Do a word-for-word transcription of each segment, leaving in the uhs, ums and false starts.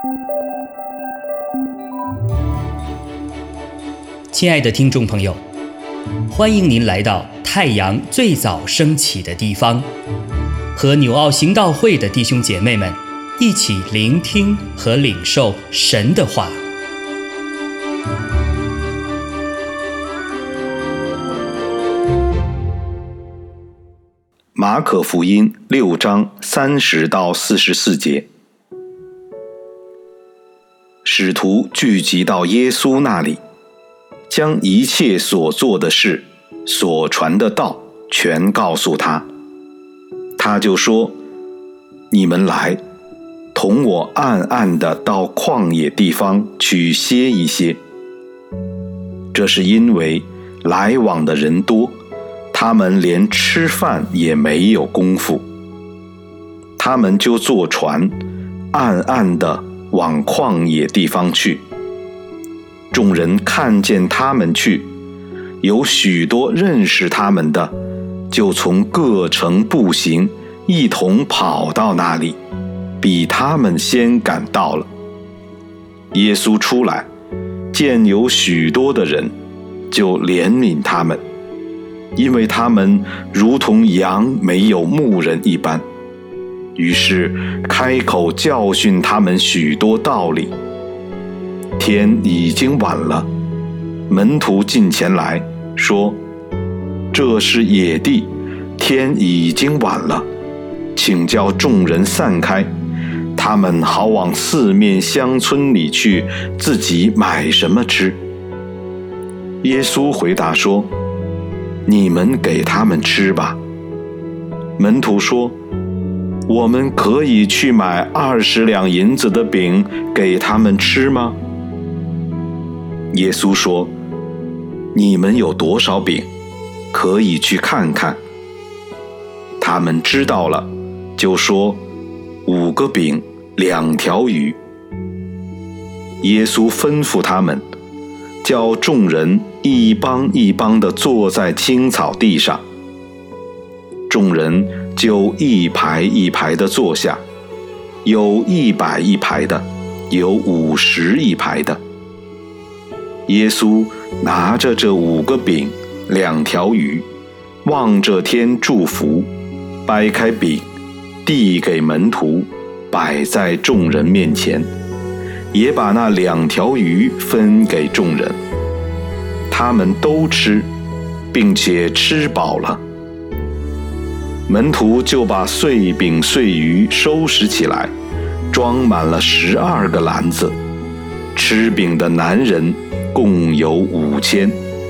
亲爱的听众朋友，欢迎您来到太阳最早升起的地方，和纽奥行道会的弟兄姐妹们一起聆听和领受神的话。 马可福音六章三十到四十四节，使徒聚集到耶稣那里，将一切所做的事、所传的道全告诉他。他就说：你们来，同我暗暗地到旷野地方去歇一歇。这是因为来往的人多，他们连吃饭也没有功夫。他们就坐船，暗暗地往旷野地方去。众人看见他们去，有许多认识他们的，就从各城步行，一同跑到那里，比他们先赶到了。耶稣出来，见有许多的人，就怜悯他们，因为他们如同羊没有牧人一般。于是开口教训他们许多道理。天已经晚了，门徒近前来说：这是野地，天已经晚了，请叫众人散开，他们好往四面乡村里去，自己买什么吃。耶稣回答说：你们给他们吃吧。门徒说：我们可以去买二十两银子的饼给他们吃吗？耶稣说：你们有多少饼，可以去看看。他们知道了，就说：五个饼，两条鱼。耶稣吩咐他们，叫众人一帮一帮地坐在青草地上。众人就一排一排地坐下，有一百一排的，有五十一排的。耶稣拿着这五个饼，两条鱼，望着天祝福，掰开饼，递给门徒，摆在众人面前，也把那两条鱼分给众人。他们都吃，并且吃饱了。门徒就把碎饼碎鱼收拾起来，装满了十二个篮子。吃饼的男人共有五千。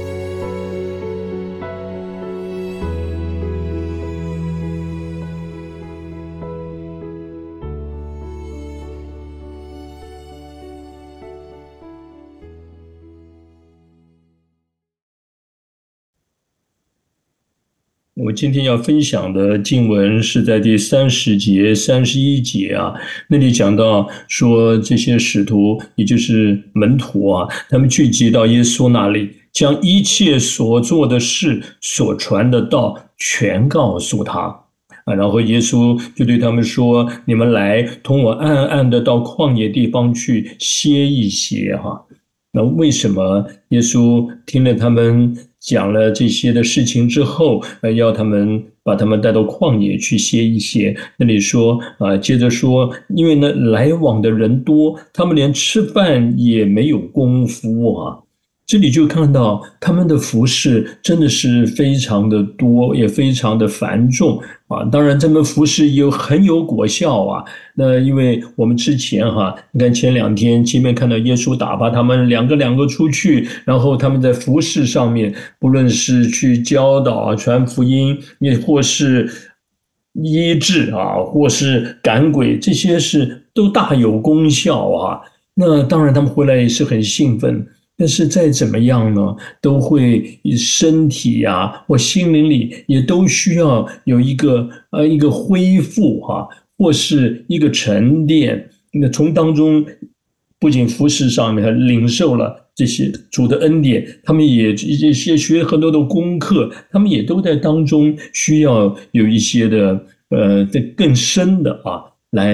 我今天要分享的经文是在第三十节、三十一节啊，那里讲到说这些使徒，也就是门徒啊，他们聚集到耶稣那里，将一切所做的事、所传的道全告诉他啊。然后耶稣就对他们说：你们来，同我暗暗的到旷野地方去歇一歇哈。那为什么耶稣听了他们讲了这些的事情之后，呃，要他们把他们带到旷野去歇一歇？那里说啊、呃，接着说，因为呢来往的人多，他们连吃饭也没有功夫啊。这里就看到他们的服事真的是非常的多，也非常的繁重啊。当然，这门服事有很有果效啊。那因为我们之前哈，你看前两天前面看到耶稣打发他们两个两个出去，然后他们在服事上面，不论是去教导、传福音，也或是医治啊，或是赶鬼，这些事都大有功效啊。那当然，他们回来也是很兴奋。但是再怎么样呢，都会身体啊或心灵里也都需要有一个呃一个恢复哈、啊，或是一个沉淀。那从当中不仅服事上面领受了这些主的恩典，他们也也学很多的功课，他们也都在当中需要有一些的呃更深的啊来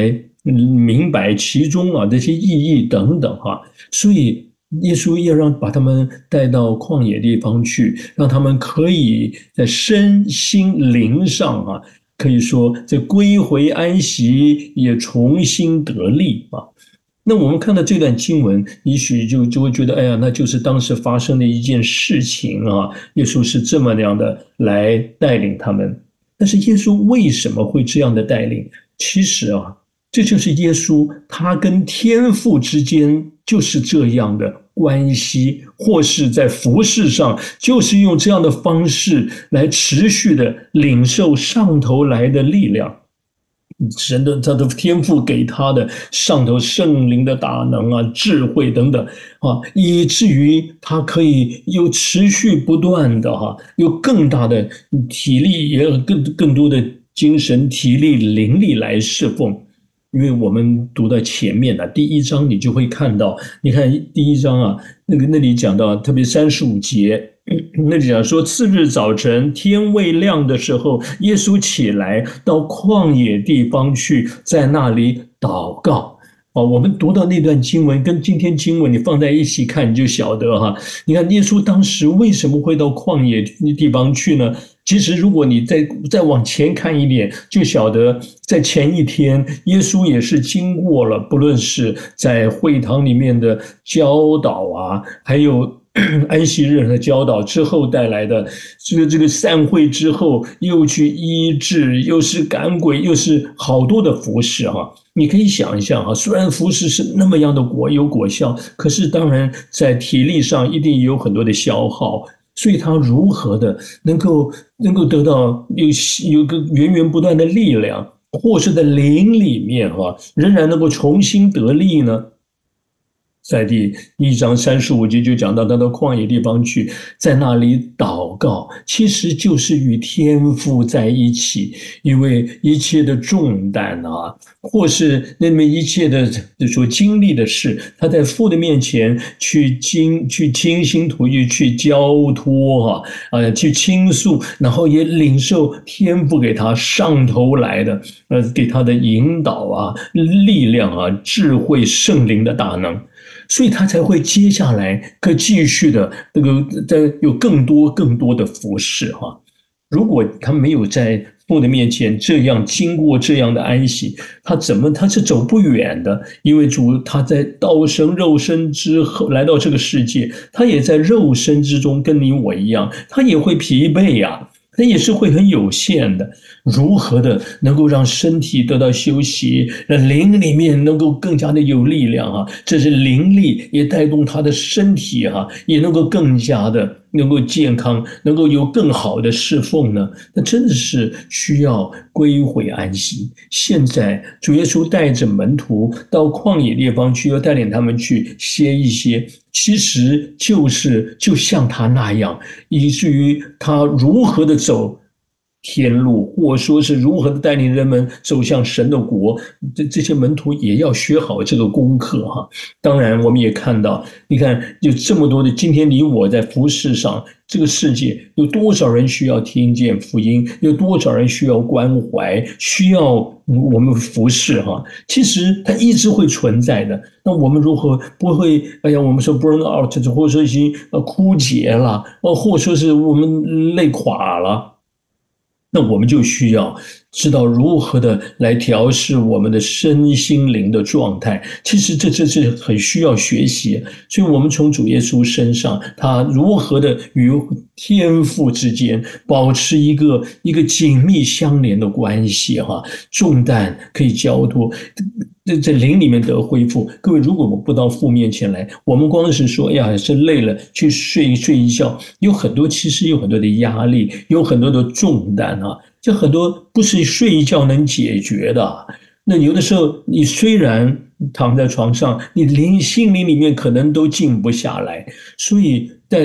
明白其中啊这些意义等等哈、啊，所以耶稣要让把他们带到旷野地方去，让他们可以在身心灵上啊，可以说这归回安息，也重新得力啊。那我们看到这段经文，也许就就会觉得，哎呀，那就是当时发生的一件事情啊。耶稣是这么样的来带领他们，但是耶稣为什么会这样的带领？其实啊，这就是耶稣他跟天父之间就是这样的关系，或是在服事上就是用这样的方式来持续的领受上头来的力量。神的他的天赋给他的上头圣灵的大能啊、智慧等等啊，以至于他可以有持续不断的哈、啊，有更大的体力，也有更更多的精神体力灵力来侍奉。因为我们读到前面啊，第一章你就会看到，你看第一章啊，那个那里讲到，特别三十五节。那里讲说，次日早晨天未亮的时候，耶稣起来到旷野地方去，在那里祷告。哦，我们读到那段经文跟今天经文你放在一起看，你就晓得哈。你看耶稣当时为什么会到旷野地方去呢？其实如果你再再往前看一点，就晓得在前一天，耶稣也是经过了，不论是在会堂里面的教导啊，还有安息日的教导之后带来的这个这个散会之后，又去医治，又是赶鬼，又是好多的服事哈。你可以想一下哈，虽然服事是那么样的果有果效，可是当然在体力上一定有很多的消耗。所以他如何的能够能够得到有有个源源不断的力量，或是在灵里面哈，仍然能够重新得力呢？在第一章三十五节就讲到他到旷野地方去，在那里祷告，其实就是与天父在一起，因为一切的重担啊，或是那么一切的所经历的事，他在父的面前去倾去倾心吐意，去交托啊，呃，去倾诉，然后也领受天父给他上头来的，呃，给他的引导啊、力量啊、智慧、圣灵的大能。所以他才会接下来可继续的那个在有更多更多的服事哈。如果他没有在父的面前这样经过这样的安息，他怎么他是走不远的？因为主他在道生肉身之后来到这个世界，他也在肉身之中跟你我一样，他也会疲惫呀、啊。那也是会很有限的，如何的能够让身体得到休息，让灵里面能够更加的有力量啊！这是灵力也带动他的身体啊，也能够更加的能够健康，能够有更好的侍奉呢？那真的是需要归回安息。现在主耶稣带着门徒到旷野地方去，要带领他们去歇一歇。其实就是就像他那样，以至于他如何的走天路，或说是如何的带领人们走向神的国，这这些门徒也要学好这个功课哈。当然，我们也看到，你看有这么多的，今天你我在服事上，这个世界有多少人需要听见福音，有多少人需要关怀，需要我们服事哈。其实它一直会存在的。那我们如何不会？哎呀，我们说 burn out， 或者说已经枯竭了，或者说是我们累垮了。那我们就需要知道如何的来调试我们的身心灵的状态。其实这这是很需要学习，所以我们从主耶稣身上，他如何的与天父之间保持一个一个紧密相连的关系哈，重担可以交托。在灵里面得恢复。各位，如果我们不到父面前来，我们光是说，哎呀，是累了，去睡睡一觉，有很多其实有很多的压力，有很多的重担啊，这很多不是睡一觉能解决的。那有的时候，你虽然躺在床上，你灵心灵里面可能都静不下来，所以在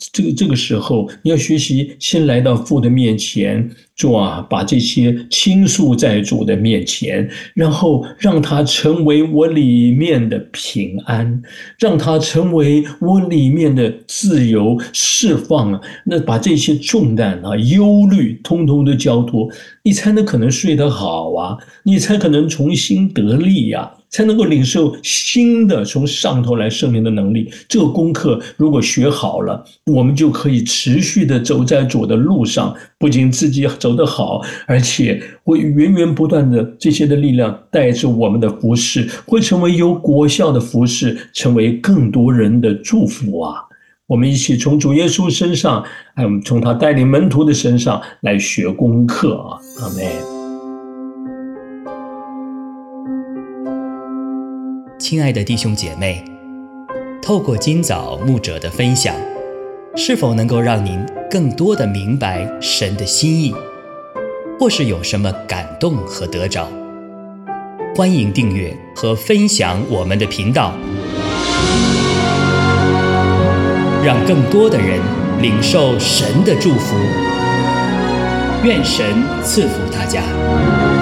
这个这个时候，你要学习先来到父的面前，主啊，把这些倾诉在主的面前，然后让它成为我里面的平安，让它成为我里面的自由释放啊。那把这些重担啊、忧虑，通通都交托，你才能可能睡得好啊，你才可能重新得力呀、啊。才能够领受新的从上头来生命的能力。这个功课如果学好了，我们就可以持续的走在主的路上，不仅自己走得好，而且会源源不断的这些的力量带着我们的服事，会成为有果效的服事，成为更多人的祝福啊！我们一起从主耶稣身上，还有从他带领门徒的身上来学功课啊！阿们。 亲爱的弟兄姐妹，透过今早牧者的分享，是否能够让您更多的明白神的心意，或是有什么感动和得着？欢迎订阅和分享我们的频道，让更多的人领受神的祝福。愿神赐福大家。